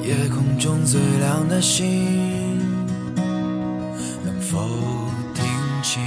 夜空中最亮的星，能否听清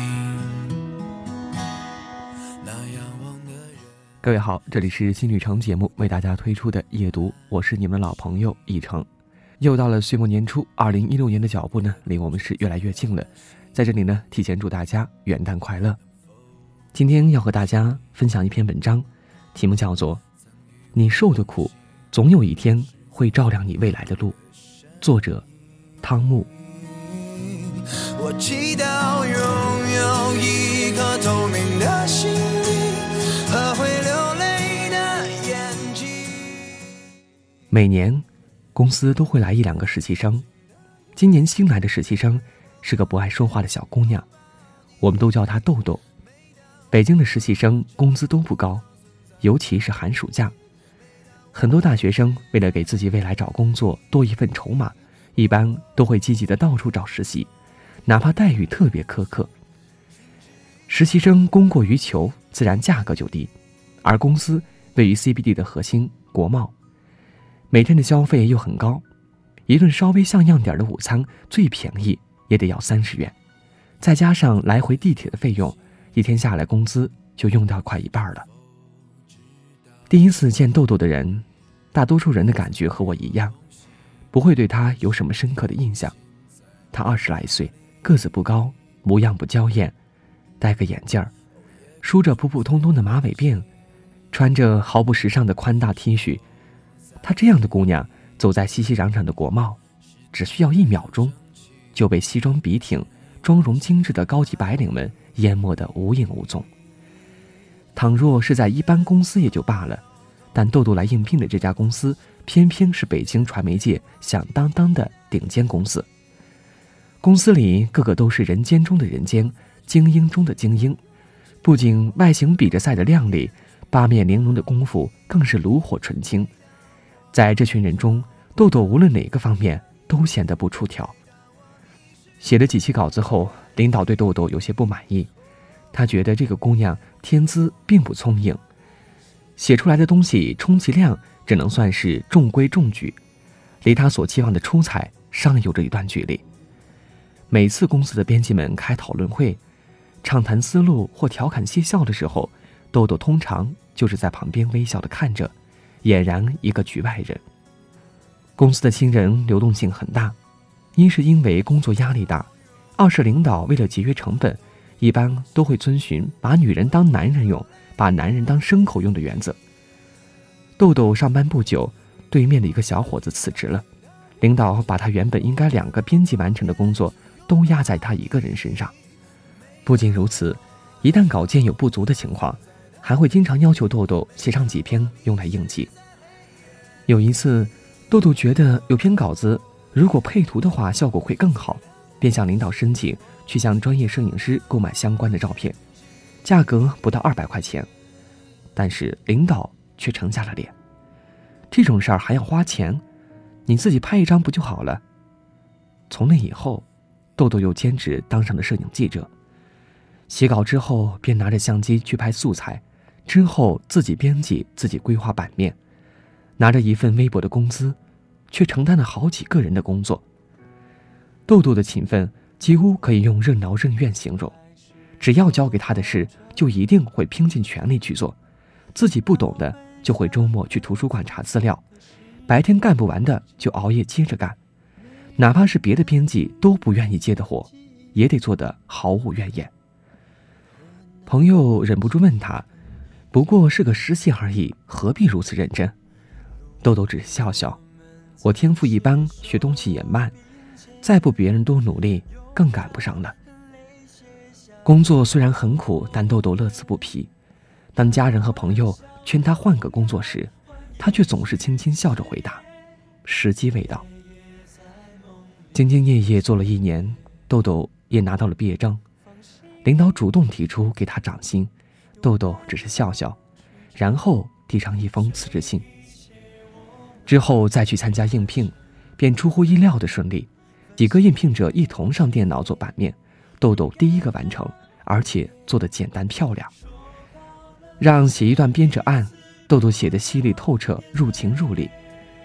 那仰望的人。 各位好，这里是新旅程节目为大家推出的夜读，我是你们的老朋友奕成。又到了岁末年初，2016年的脚步呢，离我们是越来越近了。在这里呢，提前祝大家元旦快乐。今天要和大家分享一篇文章，题目叫做《你受的苦，总有一天会照亮你未来的路》，作者汤木。 我祈祷拥有一颗透明的心灵和会流泪的眼睛。 每年公司都会来1-2个实习生，今年新来的实习生是个不爱说话的小姑娘，我们都叫她豆豆。北京的实习生工资都不高，尤其是寒暑假。很多大学生为了给自己未来找工作多一份筹码，一般都会积极的到处找实习，哪怕待遇特别苛刻。实习生供过于求，自然价格就低，而公司位于 CBD 的核心国贸，每天的消费又很高，一顿稍微像样点的午餐最便宜也得要30元，再加上来回地铁的费用，一天下来工资就用掉快一半了。第一次见豆豆的人，大多数人的感觉和我一样，不会对他有什么深刻的印象。他20来岁，个子不高，模样不娇艳，戴个眼镜儿，梳着普普通通的马尾辫，穿着毫不时尚的宽大 T 恤。她这样的姑娘走在熙熙攘攘的国贸，只需要1秒钟就被西装笔挺、妆容精致的高级白领们淹没得无影无踪。倘若是在一般公司也就罢了，但豆豆来应聘的这家公司偏偏是北京传媒界响当当的顶尖公司。公司里个个都是人间中的人间，精英中的精英，不仅外形比着赛的靓丽，八面玲珑的功夫更是炉火纯青。在这群人中，豆豆无论哪个方面都显得不出挑。写了几期稿子后，领导对豆豆有些不满意，他觉得这个姑娘天资并不聪颖，写出来的东西充其量只能算是中规中矩，离他所期望的出彩尚有着一段距离。每次公司的编辑们开讨论会，畅谈思路或调侃嬉笑的时候，豆豆通常就是在旁边微笑地看着，俨然一个局外人。公司的新人流动性很大，一是因为工作压力大，二是领导为了节约成本，一般都会遵循把女人当男人用，把男人当牲口用的原则。豆豆上班不久，对面的一个小伙子辞职了，领导把他原本应该2个编辑完成的工作都压在他一个人身上。不仅如此，一旦稿件有不足的情况，还会经常要求豆豆写上几篇用来应急。有一次，豆豆觉得有篇稿子如果配图的话效果会更好，便向领导申请去向专业摄影师购买相关的照片，价格不到200块钱，但是领导却沉下了脸。这种事儿还要花钱？你自己拍一张不就好了？从那以后，豆豆又兼职当上了摄影记者，写稿之后便拿着相机去拍素材，之后自己编辑，自己规划版面，拿着一份微薄的工资，却承担了好几个人的工作。豆豆的勤奋几乎可以用任劳任怨形容，只要交给他的事，就一定会拼尽全力去做，自己不懂的就会周末去图书馆查资料，白天干不完的就熬夜接着干，哪怕是别的编辑都不愿意接的活，也得做得毫无怨言。朋友忍不住问他，不过是个实习而已，何必如此认真？豆豆只是笑笑，我天赋一般，学东西也慢，再不别人多努力，更赶不上了。工作虽然很苦，但豆豆乐此不疲。当家人和朋友劝他换个工作时，他却总是轻轻笑着回答，时机未到。兢兢业业做了1年，豆豆也拿到了毕业证，领导主动提出给他涨薪，豆豆只是笑笑，然后递上一封辞职信。之后再去参加应聘，便出乎意料的顺利，几个应聘者一同上电脑做版面，豆豆第一个完成，而且做得简单漂亮。让写一段编者案，豆豆写得犀利透彻，入情入理。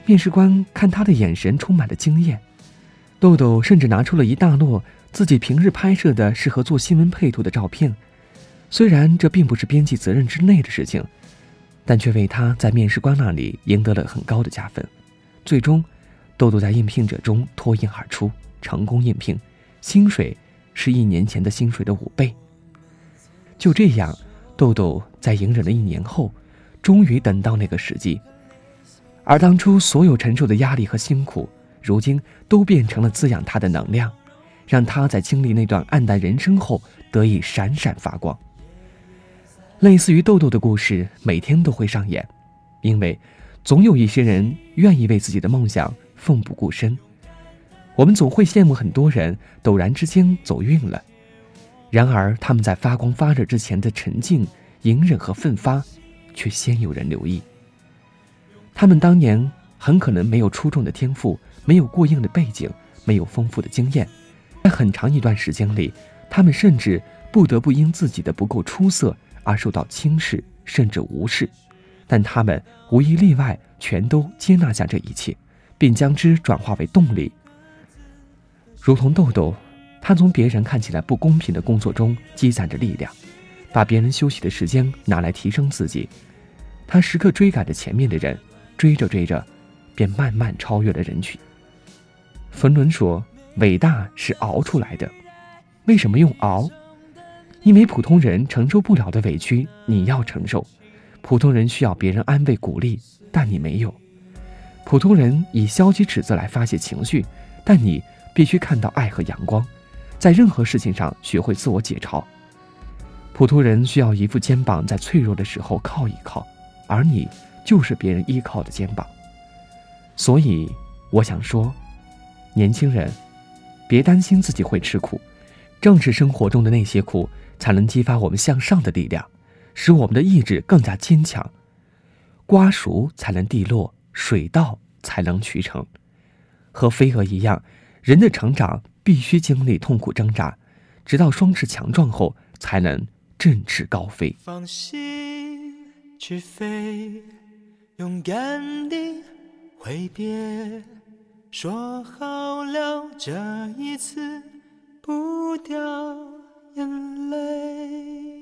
面试官看他的眼神充满了惊艳。豆豆甚至拿出了一大摞自己平日拍摄的适合做新闻配图的照片，虽然这并不是编辑责任之内的事情，但却为他在面试官那里赢得了很高的加分。最终，豆豆在应聘者中脱颖而出，成功应聘，薪水是1年前的薪水的5倍。就这样，豆豆在隐忍了1年后，终于等到那个时机。而当初所有承受的压力和辛苦，如今都变成了滋养他的能量，让他在经历那段暗淡人生后得以闪闪发光。类似于豆豆的故事每天都会上演，因为总有一些人愿意为自己的梦想奋不顾身。我们总会羡慕很多人陡然之间走运了，然而他们在发光发热之前的沉静、隐忍和奋发，却鲜有人留意。他们当年很可能没有出众的天赋，没有过硬的背景，没有丰富的经验，在很长一段时间里，他们甚至不得不因自己的不够出色而受到轻视甚至无视，但他们无一例外全都接纳下这一切，并将之转化为动力。如同豆豆，他从别人看起来不公平的工作中积攒着力量，把别人休息的时间拿来提升自己。他时刻追赶着前面的人，追着追着便慢慢超越了人群。冯仑说，伟大是熬出来的。为什么用熬？因为普通人承受不了的委屈你要承受，普通人需要别人安慰鼓励，但你没有。普通人以消极指责来发泄情绪，但你必须看到爱和阳光，在任何事情上学会自我解嘲。普通人需要一副肩膀，在脆弱的时候靠一靠，而你就是别人依靠的肩膀。所以我想说，年轻人，别担心自己会吃苦，正是生活中的那些苦，才能激发我们向上的力量，使我们的意志更加坚强。瓜熟才能蒂落，水到才能渠成。和飞蛾一样，人的成长必须经历痛苦挣扎，直到双翅强壮后，才能振翅高飞。 放心去飞，勇敢地挥别，说好了这一次不掉眼泪。